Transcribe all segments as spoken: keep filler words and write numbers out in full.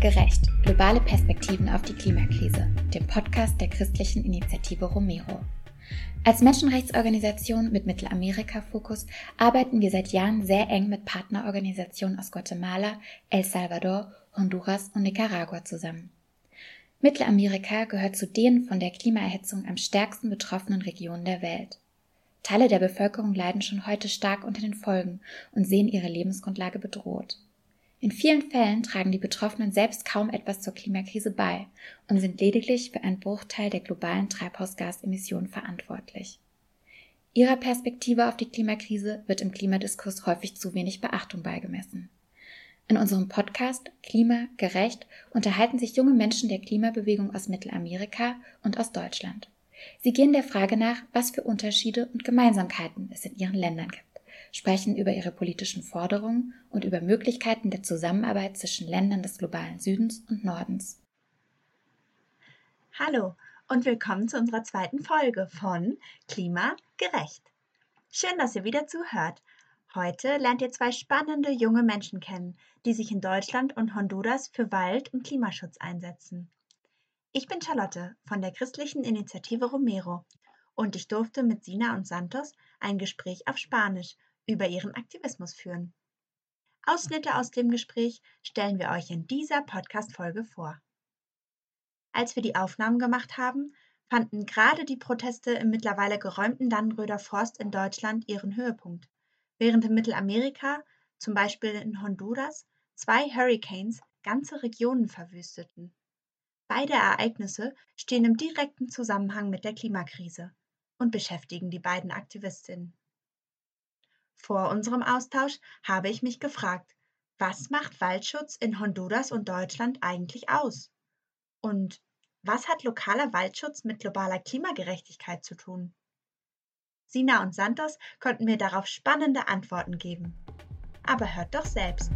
Gerecht. Globale Perspektiven auf die Klimakrise, dem Podcast der christlichen Initiative Romero. Als Menschenrechtsorganisation mit Mittelamerika-Fokus arbeiten wir seit Jahren sehr eng mit Partnerorganisationen aus Guatemala, El Salvador, Honduras und Nicaragua zusammen. Mittelamerika gehört zu den von der Klimaerhitzung am stärksten betroffenen Regionen der Welt. Teile der Bevölkerung leiden schon heute stark unter den Folgen und sehen ihre Lebensgrundlage bedroht. In vielen Fällen tragen die Betroffenen selbst kaum etwas zur Klimakrise bei und sind lediglich für einen Bruchteil der globalen Treibhausgasemissionen verantwortlich. Ihrer Perspektive auf die Klimakrise wird im Klimadiskurs häufig zu wenig Beachtung beigemessen. In unserem Podcast Klima gerecht unterhalten sich junge Menschen der Klimabewegung aus Mittelamerika und aus Deutschland. Sie gehen der Frage nach, was für Unterschiede und Gemeinsamkeiten es in ihren Ländern gibt, sprechen über ihre politischen Forderungen und über Möglichkeiten der Zusammenarbeit zwischen Ländern des globalen Südens und Nordens. Hallo und willkommen zu unserer zweiten Folge von Klima gerecht. Schön, dass ihr wieder zuhört. Heute lernt ihr zwei spannende junge Menschen kennen, die sich in Deutschland und Honduras für Wald- und Klimaschutz einsetzen. Ich bin Charlotte von der christlichen Initiative Romero und ich durfte mit Sina und Santos ein Gespräch auf Spanisch über ihren Aktivismus führen. Ausschnitte aus dem Gespräch stellen wir euch in dieser Podcast-Folge vor. Als wir die Aufnahmen gemacht haben, fanden gerade die Proteste im mittlerweile geräumten Dannenröder Forst in Deutschland ihren Höhepunkt, während in Mittelamerika, zum Beispiel in Honduras, zwei Hurricanes ganze Regionen verwüsteten. Beide Ereignisse stehen im direkten Zusammenhang mit der Klimakrise und beschäftigen die beiden Aktivistinnen. Vor unserem Austausch habe ich mich gefragt, was macht Waldschutz in Honduras und Deutschland eigentlich aus? Und was hat lokaler Waldschutz mit globaler Klimagerechtigkeit zu tun? Sina und Santos konnten mir darauf spannende Antworten geben. Aber hört doch selbst.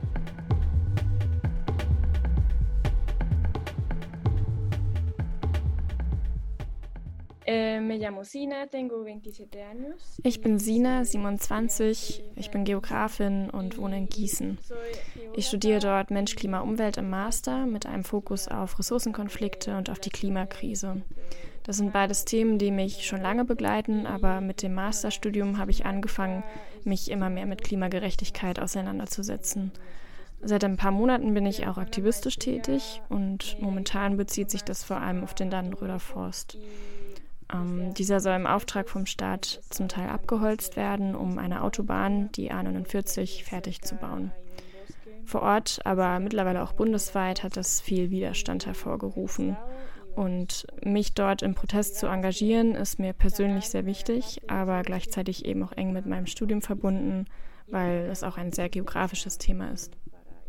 Ich bin Sina, siebenundzwanzig, ich bin Geografin und wohne in Gießen. Ich studiere dort Mensch, Klima, Umwelt im Master mit einem Fokus auf Ressourcenkonflikte und auf die Klimakrise. Das sind beides Themen, die mich schon lange begleiten, aber mit dem Masterstudium habe ich angefangen, mich immer mehr mit Klimagerechtigkeit auseinanderzusetzen. Seit ein paar Monaten bin ich auch aktivistisch tätig und momentan bezieht sich das vor allem auf den Dannenröder Forst. Ähm, dieser soll im Auftrag vom Staat zum Teil abgeholzt werden, um eine Autobahn, die A neunundvierzig, fertig zu bauen. Vor Ort, aber mittlerweile auch bundesweit, hat das viel Widerstand hervorgerufen. Und mich dort im Protest zu engagieren, ist mir persönlich sehr wichtig, aber gleichzeitig eben auch eng mit meinem Studium verbunden, weil es auch ein sehr geografisches Thema ist.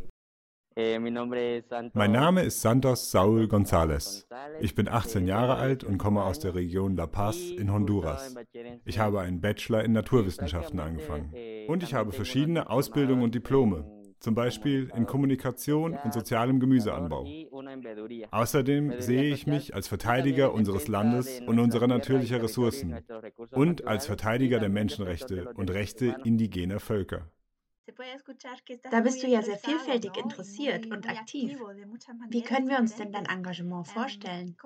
Mein Name ist Santos Saúl González. Ich bin achtzehn Jahre alt und komme aus der Region La Paz in Honduras. Ich habe einen Bachelor in Naturwissenschaften angefangen. Und ich habe verschiedene Ausbildungen und Diplome, zum Beispiel in Kommunikation und sozialem Gemüseanbau. Außerdem sehe ich mich als Verteidiger unseres Landes und unserer natürlichen Ressourcen und als Verteidiger der Menschenrechte und Rechte indigener Völker. Da bist du ja sehr vielfältig interessiert und aktiv. Wie können wir uns denn dein Engagement vorstellen?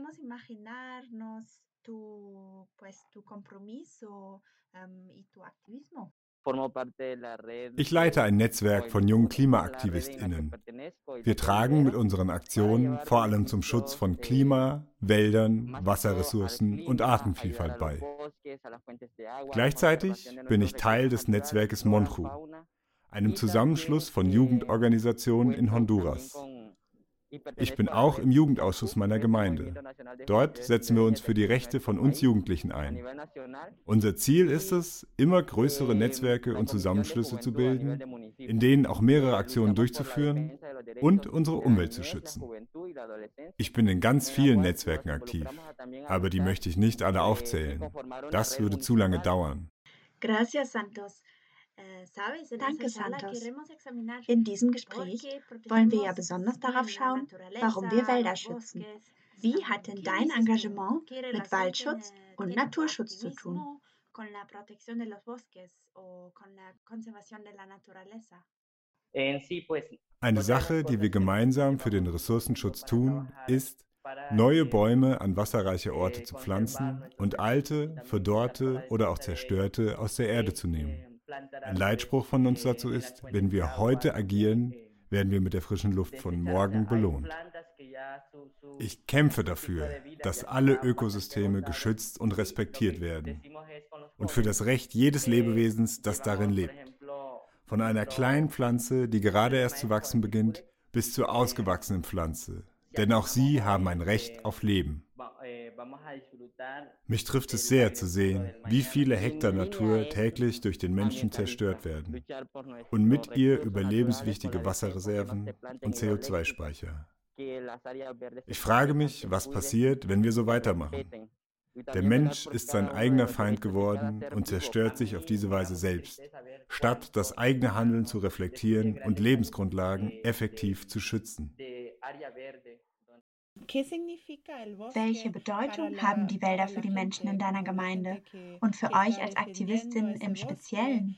Ich leite ein Netzwerk von jungen KlimaaktivistInnen. Wir tragen mit unseren Aktionen vor allem zum Schutz von Klima, Wäldern, Wasserressourcen und Artenvielfalt bei. Gleichzeitig bin ich Teil des Netzwerkes Monju, einem Zusammenschluss von Jugendorganisationen in Honduras. Ich bin auch im Jugendausschuss meiner Gemeinde. Dort setzen wir uns für die Rechte von uns Jugendlichen ein. Unser Ziel ist es, immer größere Netzwerke und Zusammenschlüsse zu bilden, in denen auch mehrere Aktionen durchzuführen und unsere Umwelt zu schützen. Ich bin in ganz vielen Netzwerken aktiv, aber die möchte ich nicht alle aufzählen. Das würde zu lange dauern. Gracias, Santos. Danke, Santos. In diesem Gespräch wollen wir ja besonders darauf schauen, warum wir Wälder schützen. Wie hat denn dein Engagement mit Waldschutz und Naturschutz zu tun? Eine Sache, die wir gemeinsam für den Ressourcenschutz tun, ist, neue Bäume an wasserreiche Orte zu pflanzen und alte, verdorrte oder auch zerstörte aus der Erde zu nehmen. Ein Leitspruch von uns dazu ist, wenn wir heute agieren, werden wir mit der frischen Luft von morgen belohnt. Ich kämpfe dafür, dass alle Ökosysteme geschützt und respektiert werden und für das Recht jedes Lebewesens, das darin lebt. Von einer kleinen Pflanze, die gerade erst zu wachsen beginnt, bis zur ausgewachsenen Pflanze. Denn auch sie haben ein Recht auf Leben. Mich trifft es sehr zu sehen, wie viele Hektar Natur täglich durch den Menschen zerstört werden und mit ihr überlebenswichtige Wasserreserven und C O zwei Speicher. Ich frage mich, was passiert, wenn wir so weitermachen. Der Mensch ist sein eigener Feind geworden und zerstört sich auf diese Weise selbst, statt das eigene Handeln zu reflektieren und Lebensgrundlagen effektiv zu schützen. Welche Bedeutung haben die Wälder für die Menschen in deiner Gemeinde und für euch als Aktivistin im Speziellen?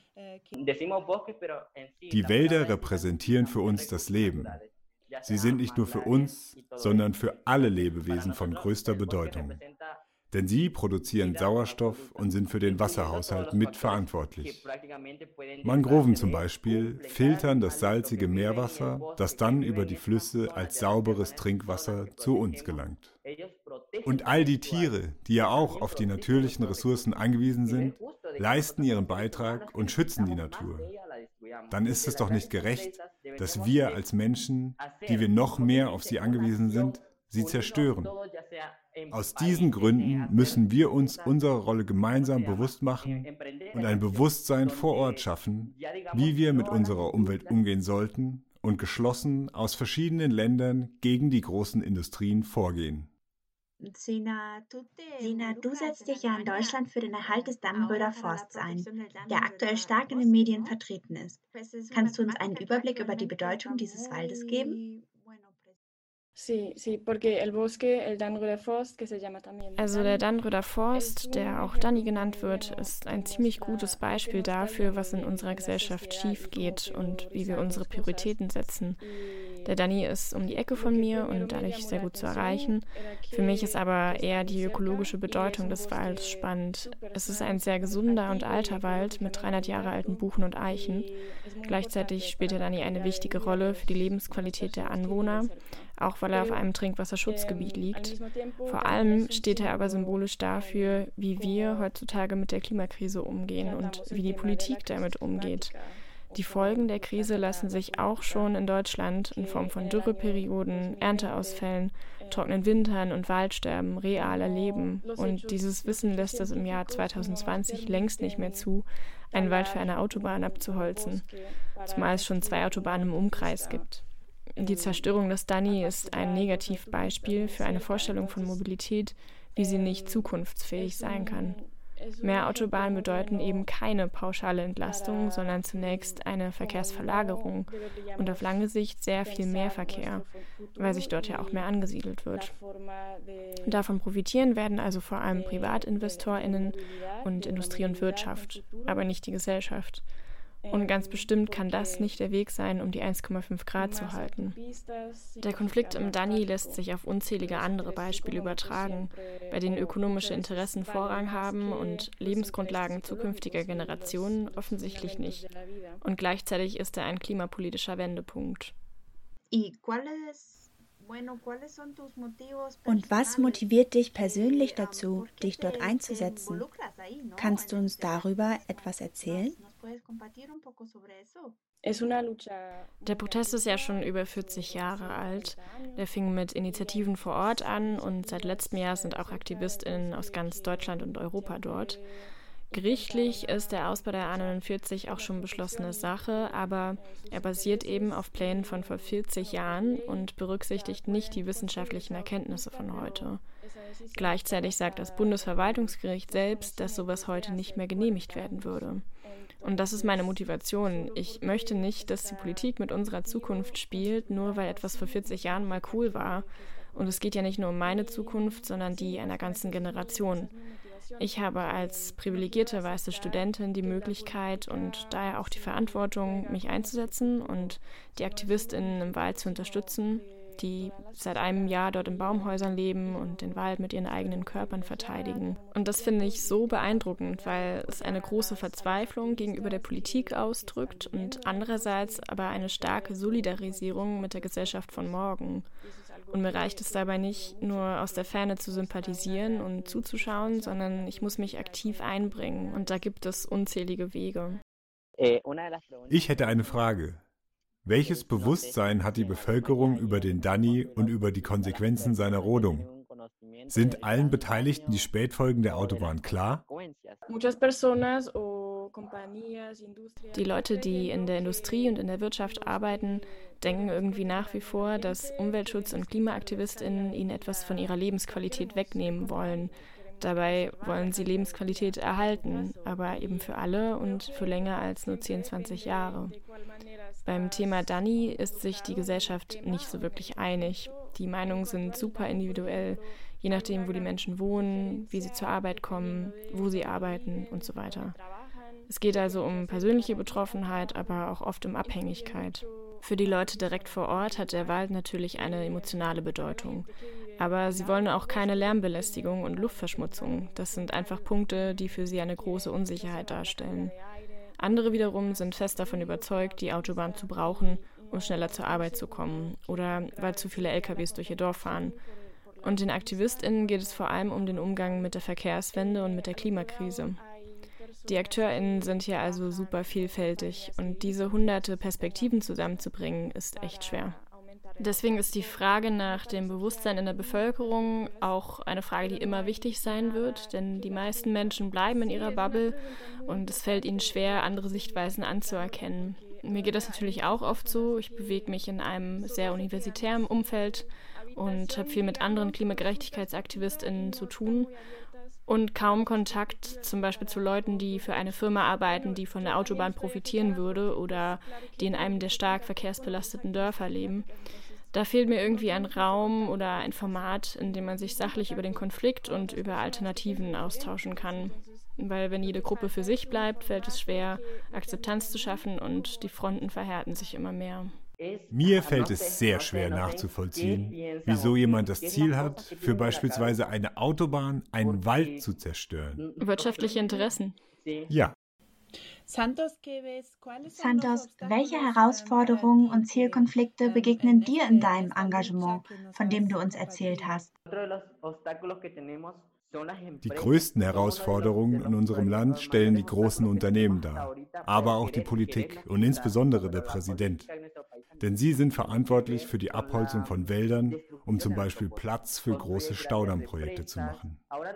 Die Wälder repräsentieren für uns das Leben. Sie sind nicht nur für uns, sondern für alle Lebewesen von größter Bedeutung. Denn sie produzieren Sauerstoff und sind für den Wasserhaushalt mitverantwortlich. Mangroven zum Beispiel filtern das salzige Meerwasser, das dann über die Flüsse als sauberes Trinkwasser zu uns gelangt. Und all die Tiere, die ja auch auf die natürlichen Ressourcen angewiesen sind, leisten ihren Beitrag und schützen die Natur. Dann ist es doch nicht gerecht, dass wir als Menschen, die wir noch mehr auf sie angewiesen sind, sie zerstören. Aus diesen Gründen müssen wir uns unserer Rolle gemeinsam bewusst machen und ein Bewusstsein vor Ort schaffen, wie wir mit unserer Umwelt umgehen sollten und geschlossen aus verschiedenen Ländern gegen die großen Industrien vorgehen. Sina, du setzt dich ja in Deutschland für den Erhalt des Dannröder Forsts ein, der aktuell stark in den Medien vertreten ist. Kannst du uns einen Überblick über die Bedeutung dieses Waldes geben? Also der Dannröder Forst, der auch Danny genannt wird, ist ein ziemlich gutes Beispiel dafür, was in unserer Gesellschaft schief geht und wie wir unsere Prioritäten setzen. Der Danny ist um die Ecke von mir und dadurch sehr gut zu erreichen. Für mich ist aber eher die ökologische Bedeutung des Waldes spannend. Es ist ein sehr gesunder und alter Wald mit dreihundert Jahre alten Buchen und Eichen. Gleichzeitig spielt der Danny eine wichtige Rolle für die Lebensqualität der Anwohner, auch weil er auf einem Trinkwasserschutzgebiet liegt. Vor allem steht er aber symbolisch dafür, wie wir heutzutage mit der Klimakrise umgehen und wie die Politik damit umgeht. Die Folgen der Krise lassen sich auch schon in Deutschland in Form von Dürreperioden, Ernteausfällen, trockenen Wintern und Waldsterben real erleben. Und dieses Wissen lässt es im Jahr zwanzig zwanzig längst nicht mehr zu, einen Wald für eine Autobahn abzuholzen, zumal es schon zwei Autobahnen im Umkreis gibt. Die Zerstörung des Danny ist ein Negativbeispiel für eine Vorstellung von Mobilität, wie sie nicht zukunftsfähig sein kann. Mehr Autobahnen bedeuten eben keine pauschale Entlastung, sondern zunächst eine Verkehrsverlagerung und auf lange Sicht sehr viel mehr Verkehr, weil sich dort ja auch mehr angesiedelt wird. Davon profitieren werden also vor allem PrivatinvestorInnen und Industrie und Wirtschaft, aber nicht die Gesellschaft. Und ganz bestimmt kann das nicht der Weg sein, um die eins Komma fünf Grad zu halten. Der Konflikt im Danny lässt sich auf unzählige andere Beispiele übertragen, bei denen ökonomische Interessen Vorrang haben und Lebensgrundlagen zukünftiger Generationen offensichtlich nicht. Und gleichzeitig ist er ein klimapolitischer Wendepunkt. Und was motiviert dich persönlich dazu, dich dort einzusetzen? Kannst du uns darüber etwas erzählen? Der Protest ist ja schon über vierzig Jahre alt. Der fing mit Initiativen vor Ort an und seit letztem Jahr sind auch AktivistInnen aus ganz Deutschland und Europa dort. Gerichtlich ist der Ausbau der A neunundvierzig auch schon beschlossene Sache, aber er basiert eben auf Plänen von vor vierzig Jahren und berücksichtigt nicht die wissenschaftlichen Erkenntnisse von heute. Gleichzeitig sagt das Bundesverwaltungsgericht selbst, dass sowas heute nicht mehr genehmigt werden würde. Und das ist meine Motivation. Ich möchte nicht, dass die Politik mit unserer Zukunft spielt, nur weil etwas vor vierzig Jahren mal cool war. Und es geht ja nicht nur um meine Zukunft, sondern die einer ganzen Generation. Ich habe als privilegierte weiße Studentin die Möglichkeit und daher auch die Verantwortung, mich einzusetzen und die AktivistInnen im Wald zu unterstützen, die seit einem Jahr dort in Baumhäusern leben und den Wald mit ihren eigenen Körpern verteidigen. Und das finde ich so beeindruckend, weil es eine große Verzweiflung gegenüber der Politik ausdrückt und andererseits aber eine starke Solidarisierung mit der Gesellschaft von morgen. Und mir reicht es dabei nicht, nur aus der Ferne zu sympathisieren und zuzuschauen, sondern ich muss mich aktiv einbringen. Und da gibt es unzählige Wege. Ich hätte eine Frage. Welches Bewusstsein hat die Bevölkerung über den Dani und über die Konsequenzen seiner Rodung? Sind allen Beteiligten die Spätfolgen der Autobahn klar? Die Leute, die in der Industrie und in der Wirtschaft arbeiten, denken irgendwie nach wie vor, dass Umweltschutz- und KlimaaktivistInnen ihnen etwas von ihrer Lebensqualität wegnehmen wollen. Dabei wollen sie Lebensqualität erhalten, aber eben für alle und für länger als nur zehn, zwanzig Jahre. Beim Thema Dani ist sich die Gesellschaft nicht so wirklich einig. Die Meinungen sind super individuell, je nachdem, wo die Menschen wohnen, wie sie zur Arbeit kommen, wo sie arbeiten und so weiter. Es geht also um persönliche Betroffenheit, aber auch oft um Abhängigkeit. Für die Leute direkt vor Ort hat der Wald natürlich eine emotionale Bedeutung. Aber sie wollen auch keine Lärmbelästigung und Luftverschmutzung. Das sind einfach Punkte, die für sie eine große Unsicherheit darstellen. Andere wiederum sind fest davon überzeugt, die Autobahn zu brauchen, um schneller zur Arbeit zu kommen oder weil zu viele L K Ws durch ihr Dorf fahren. Und den AktivistInnen geht es vor allem um den Umgang mit der Verkehrswende und mit der Klimakrise. Die AkteurInnen sind hier also super vielfältig und diese hunderte Perspektiven zusammenzubringen, ist echt schwer. Deswegen ist die Frage nach dem Bewusstsein in der Bevölkerung auch eine Frage, die immer wichtig sein wird, denn die meisten Menschen bleiben in ihrer Bubble und es fällt ihnen schwer, andere Sichtweisen anzuerkennen. Mir geht das natürlich auch oft so. Ich bewege mich in einem sehr universitären Umfeld und habe viel mit anderen KlimagerechtigkeitsaktivistInnen zu tun und kaum Kontakt zum Beispiel zu Leuten, die für eine Firma arbeiten, die von der Autobahn profitieren würde oder die in einem der stark verkehrsbelasteten Dörfer leben. Da fehlt mir irgendwie ein Raum oder ein Format, in dem man sich sachlich über den Konflikt und über Alternativen austauschen kann. Weil wenn jede Gruppe für sich bleibt, fällt es schwer, Akzeptanz zu schaffen und die Fronten verhärten sich immer mehr. Mir fällt es sehr schwer nachzuvollziehen, wieso jemand das Ziel hat, für beispielsweise eine Autobahn einen Wald zu zerstören. Wirtschaftliche Interessen. Ja. Santos, welche Herausforderungen und Zielkonflikte begegnen dir in deinem Engagement, von dem du uns erzählt hast? Die größten Herausforderungen in unserem Land stellen die großen Unternehmen dar, aber auch die Politik und insbesondere der Präsident. Denn sie sind verantwortlich für die Abholzung von Wäldern, um zum Beispiel Platz für große Staudammprojekte zu machen.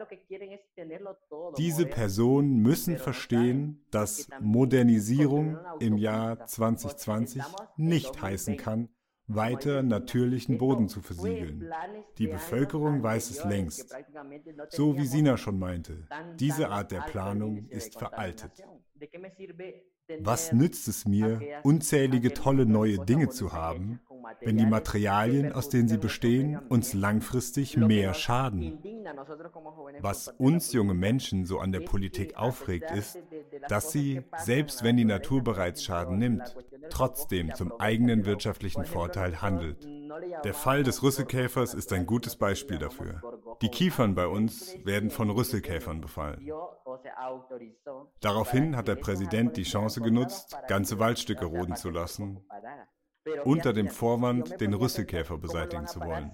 Diese Personen müssen verstehen, dass Modernisierung im Jahr zwanzig zwanzig nicht heißen kann, weiter natürlichen Boden zu versiegeln. Die Bevölkerung weiß es längst. So wie Sina schon meinte, diese Art der Planung ist veraltet. Was nützt es mir, unzählige tolle neue Dinge zu haben, wenn die Materialien, aus denen sie bestehen, uns langfristig mehr schaden? Was uns junge Menschen so an der Politik aufregt, ist, dass sie, selbst wenn die Natur bereits Schaden nimmt, trotzdem zum eigenen wirtschaftlichen Vorteil handelt. Der Fall des Rüsselkäfers ist ein gutes Beispiel dafür. Die Kiefern bei uns werden von Rüsselkäfern befallen. Daraufhin hat der Präsident die Chance genutzt, ganze Waldstücke roden zu lassen, unter dem Vorwand, den Rüsselkäfer beseitigen zu wollen.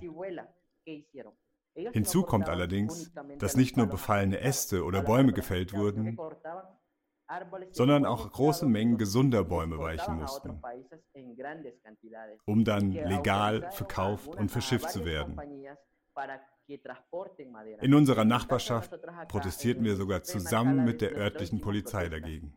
Hinzu kommt allerdings, dass nicht nur befallene Äste oder Bäume gefällt wurden, sondern auch große Mengen gesunder Bäume weichen mussten, um dann legal verkauft und verschifft zu werden. In unserer Nachbarschaft protestierten wir sogar zusammen mit der örtlichen Polizei dagegen.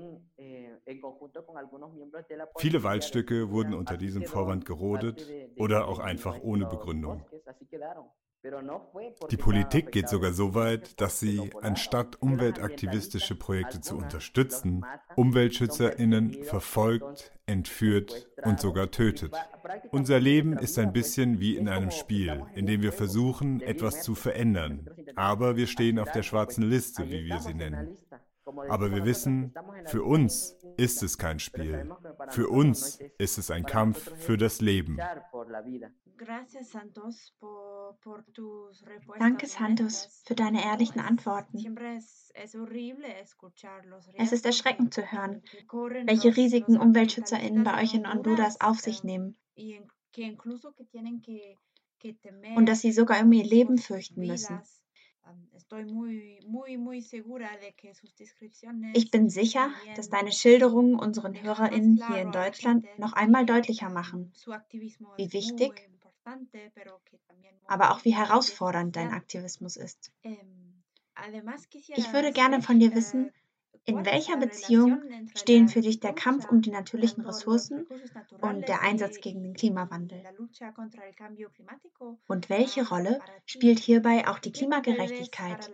Viele Waldstücke wurden unter diesem Vorwand gerodet oder auch einfach ohne Begründung. Die Politik geht sogar so weit, dass sie, anstatt umweltaktivistische Projekte zu unterstützen, UmweltschützerInnen verfolgt, entführt und sogar tötet. Unser Leben ist ein bisschen wie in einem Spiel, in dem wir versuchen, etwas zu verändern. Aber wir stehen auf der schwarzen Liste, wie wir sie nennen. Aber wir wissen, für uns ist es kein Spiel. Für uns ist es ein Kampf für das Leben. Danke, Santos, für deine ehrlichen Antworten. Es ist erschreckend zu hören, welche Risiken UmweltschützerInnen bei euch in Honduras auf sich nehmen und dass sie sogar um ihr Leben fürchten müssen. Ich bin sicher, dass deine Schilderungen unseren HörerInnen hier in Deutschland noch einmal deutlicher machen, wie wichtig, aber auch wie herausfordernd dein Aktivismus ist. Ich würde gerne von dir wissen, in welcher Beziehung stehen für dich der Kampf um die natürlichen Ressourcen und der Einsatz gegen den Klimawandel? Und welche Rolle spielt hierbei auch die Klimagerechtigkeit?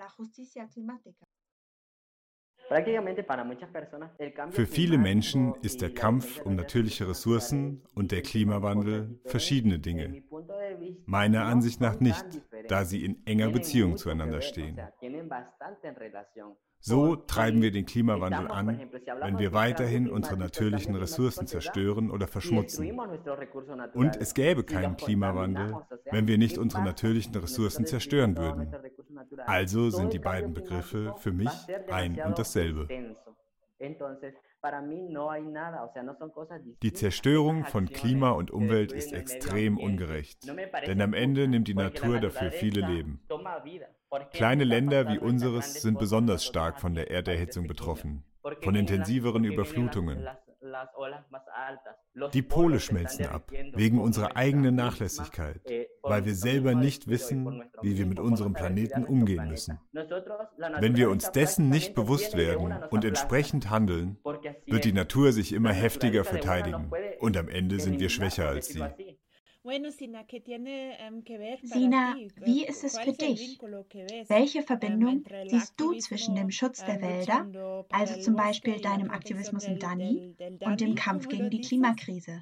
Für viele Menschen ist der Kampf um natürliche Ressourcen und der Klimawandel verschiedene Dinge. Meiner Ansicht nach nicht, da sie in enger Beziehung zueinander stehen. So treiben wir den Klimawandel an, wenn wir weiterhin unsere natürlichen Ressourcen zerstören oder verschmutzen. Und es gäbe keinen Klimawandel, wenn wir nicht unsere natürlichen Ressourcen zerstören würden. Also sind die beiden Begriffe für mich ein und dasselbe. Die Zerstörung von Klima und Umwelt ist extrem ungerecht, denn am Ende nimmt die Natur dafür viele Leben. Kleine Länder wie unseres sind besonders stark von der Erderhitzung betroffen, von intensiveren Überflutungen. Die Pole schmelzen ab, wegen unserer eigenen Nachlässigkeit, weil wir selber nicht wissen, wie wir mit unserem Planeten umgehen müssen. Wenn wir uns dessen nicht bewusst werden und entsprechend handeln, wird die Natur sich immer heftiger verteidigen und am Ende sind wir schwächer als sie. Sina, wie ist es für dich? Welche Verbindung siehst du zwischen dem Schutz der Wälder, also zum Beispiel deinem Aktivismus in Dani, und dem Kampf gegen die Klimakrise?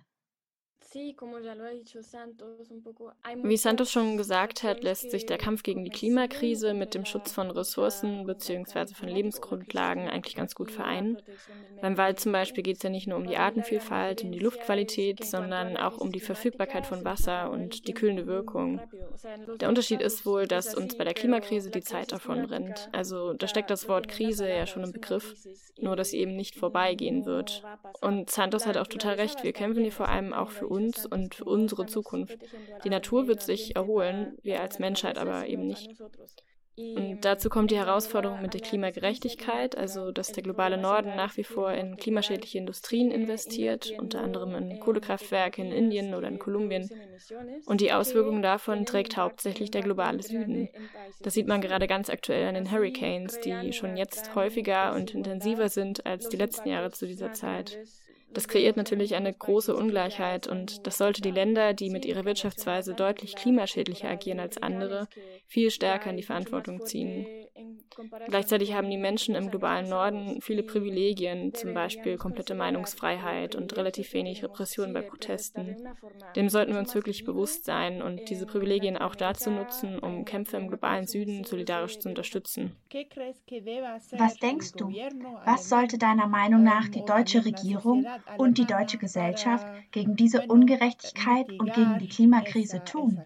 Wie Santos schon gesagt hat, lässt sich der Kampf gegen die Klimakrise mit dem Schutz von Ressourcen bzw. von Lebensgrundlagen eigentlich ganz gut vereinen. Beim Wald zum Beispiel geht es ja nicht nur um die Artenvielfalt, um die Luftqualität, sondern auch um die Verfügbarkeit von Wasser und die kühlende Wirkung. Der Unterschied ist wohl, dass uns bei der Klimakrise die Zeit davon rennt. Also da steckt das Wort Krise ja schon im Begriff, nur dass sie eben nicht vorbeigehen wird. Und Santos hat auch total recht, wir kämpfen hier vor allem auch für uns und für unsere Zukunft. Die Natur wird sich erholen, wir als Menschheit aber eben nicht. Und dazu kommt die Herausforderung mit der Klimagerechtigkeit, also dass der globale Norden nach wie vor in klimaschädliche Industrien investiert, unter anderem in Kohlekraftwerke in Indien oder in Kolumbien. Und die Auswirkungen davon trägt hauptsächlich der globale Süden. Das sieht man gerade ganz aktuell an den Hurricanes, die schon jetzt häufiger und intensiver sind als die letzten Jahre zu dieser Zeit. Das kreiert natürlich eine große Ungleichheit und das sollte die Länder, die mit ihrer Wirtschaftsweise deutlich klimaschädlicher agieren als andere, viel stärker in die Verantwortung ziehen. Gleichzeitig haben die Menschen im globalen Norden viele Privilegien, zum Beispiel komplette Meinungsfreiheit und relativ wenig Repression bei Protesten. Dem sollten wir uns wirklich bewusst sein und diese Privilegien auch dazu nutzen, um Kämpfe im globalen Süden solidarisch zu unterstützen. Was denkst du? Was sollte deiner Meinung nach die deutsche Regierung und die deutsche Gesellschaft gegen diese Ungerechtigkeit und gegen die Klimakrise tun?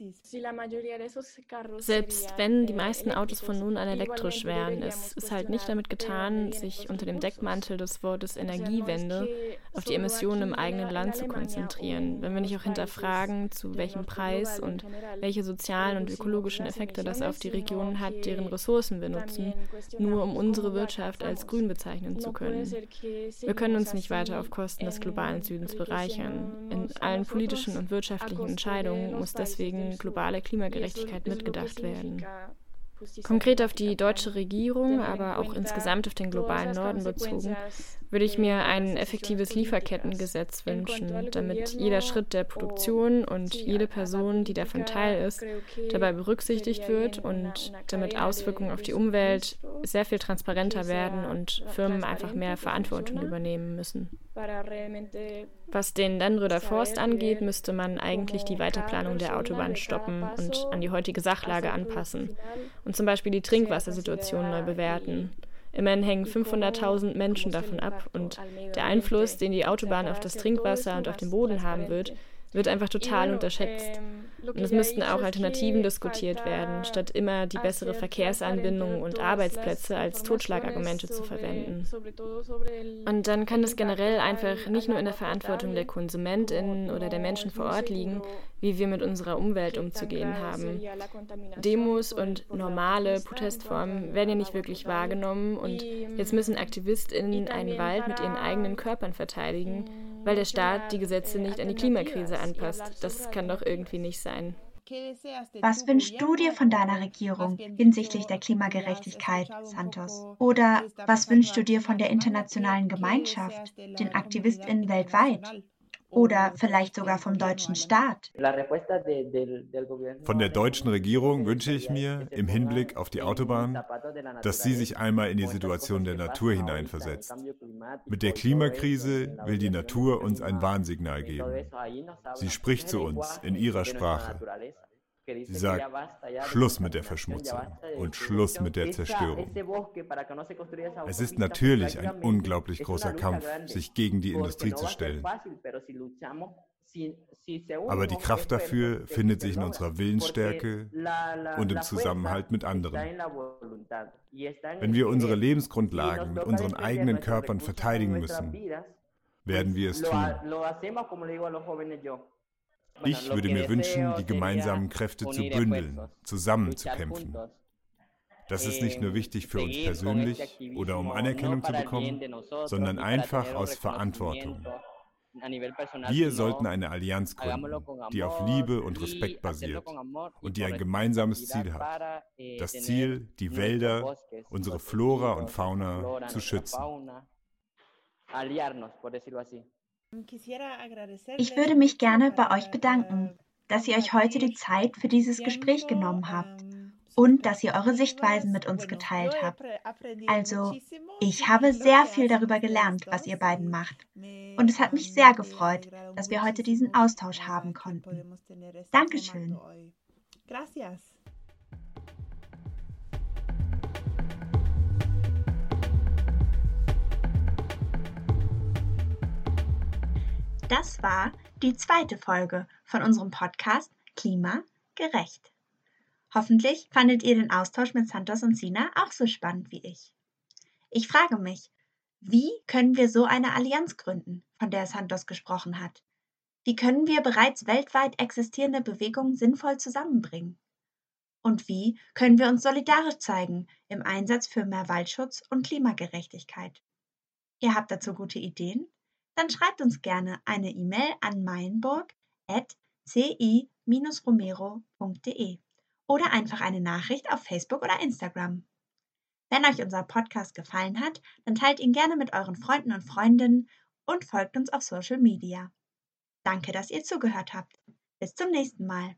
Selbst wenn die meisten Autos von nun an elektrisch wären, es ist halt nicht damit getan, sich unter dem Deckmantel des Wortes Energiewende auf die Emissionen im eigenen Land zu konzentrieren. Wenn wir nicht auch hinterfragen, zu welchem Preis und welche sozialen und ökologischen Effekte das auf die Regionen hat, deren Ressourcen wir nutzen, nur um unsere Wirtschaft als grün bezeichnen zu können. Wir können uns nicht weiter auf Kosten des globalen Südens bereichern. In allen politischen und wirtschaftlichen Entscheidungen muss deswegen globale Klimagerechtigkeit mitgedacht werden. Konkret auf die deutsche Regierung, aber auch insgesamt auf den globalen Norden bezogen, würde ich mir ein effektives Lieferkettengesetz wünschen, damit jeder Schritt der Produktion und jede Person, die davon Teil ist, dabei berücksichtigt wird und damit Auswirkungen auf die Umwelt sehr viel transparenter werden und Firmen einfach mehr Verantwortung übernehmen müssen. Was den Dannröder Forst angeht, müsste man eigentlich die Weiterplanung der Autobahn stoppen und an die heutige Sachlage anpassen und zum Beispiel die Trinkwassersituation neu bewerten. Immerhin hängen fünfhunderttausend Menschen davon ab und der Einfluss, den die Autobahn auf das Trinkwasser und auf den Boden haben wird, wird einfach total unterschätzt. Und es müssten auch Alternativen diskutiert werden, statt immer die bessere Verkehrsanbindung und Arbeitsplätze als Totschlagargumente zu verwenden. Und dann kann es generell einfach nicht nur in der Verantwortung der KonsumentInnen oder der Menschen vor Ort liegen, wie wir mit unserer Umwelt umzugehen haben. Demos und normale Protestformen werden ja nicht wirklich wahrgenommen und jetzt müssen AktivistInnen einen Wald mit ihren eigenen Körpern verteidigen, weil der Staat die Gesetze nicht an die Klimakrise anpasst. Das kann doch irgendwie nicht sein. Was wünschst du dir von deiner Regierung hinsichtlich der Klimagerechtigkeit, Santos? Oder was wünschst du dir von der internationalen Gemeinschaft, den AktivistInnen weltweit? Oder vielleicht sogar vom deutschen Staat? Von der deutschen Regierung wünsche ich mir im Hinblick auf die Autobahn, dass sie sich einmal in die Situation der Natur hineinversetzt. Mit der Klimakrise will die Natur uns ein Warnsignal geben. Sie spricht zu uns in ihrer Sprache. Sie sagt, Schluss mit der Verschmutzung und Schluss mit der Zerstörung. Es ist natürlich ein unglaublich großer Kampf, sich gegen die Industrie zu stellen. Aber die Kraft dafür findet sich in unserer Willensstärke und im Zusammenhalt mit anderen. Wenn wir unsere Lebensgrundlagen mit unseren eigenen Körpern verteidigen müssen, werden wir es tun. Ich würde mir wünschen, die gemeinsamen Kräfte zu bündeln, zusammen zu kämpfen. Das ist nicht nur wichtig für uns persönlich oder um Anerkennung zu bekommen, sondern einfach aus Verantwortung. Wir sollten eine Allianz gründen, die auf Liebe und Respekt basiert und die ein gemeinsames Ziel hat. Das Ziel, die Wälder, unsere Flora und Fauna zu schützen. Ich würde mich gerne bei euch bedanken, dass ihr euch heute die Zeit für dieses Gespräch genommen habt und dass ihr eure Sichtweisen mit uns geteilt habt. Also, ich habe sehr viel darüber gelernt, was ihr beiden macht. Und es hat mich sehr gefreut, dass wir heute diesen Austausch haben konnten. Dankeschön. Das war die zweite Folge von unserem Podcast Klima gerecht. Hoffentlich fandet ihr den Austausch mit Santos und Sina auch so spannend wie ich. Ich frage mich, wie können wir so eine Allianz gründen, von der Santos gesprochen hat? Wie können wir bereits weltweit existierende Bewegungen sinnvoll zusammenbringen? Und wie können wir uns solidarisch zeigen im Einsatz für mehr Waldschutz und Klimagerechtigkeit? Ihr habt dazu gute Ideen? Dann schreibt uns gerne eine E-Mail an meinburg at c i dash romero punkt d e oder einfach eine Nachricht auf Facebook oder Instagram. Wenn euch unser Podcast gefallen hat, dann teilt ihn gerne mit euren Freunden und Freundinnen und folgt uns auf Social Media. Danke, dass ihr zugehört habt. Bis zum nächsten Mal.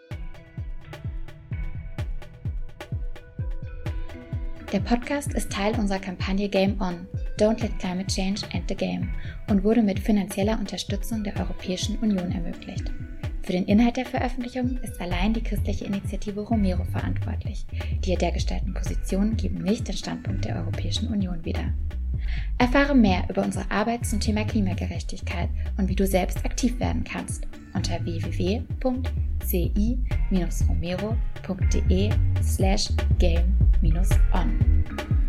Der Podcast ist Teil unserer Kampagne Game On – Don't Let Climate Change End the Game und wurde mit finanzieller Unterstützung der Europäischen Union ermöglicht. Für den Inhalt der Veröffentlichung ist allein die christliche Initiative Romero verantwortlich. Die ihr dergestalten Positionen geben nicht den Standpunkt der Europäischen Union wieder. Erfahre mehr über unsere Arbeit zum Thema Klimagerechtigkeit und wie du selbst aktiv werden kannst unter w w w punkt c i dash romero punkt d e slash game on.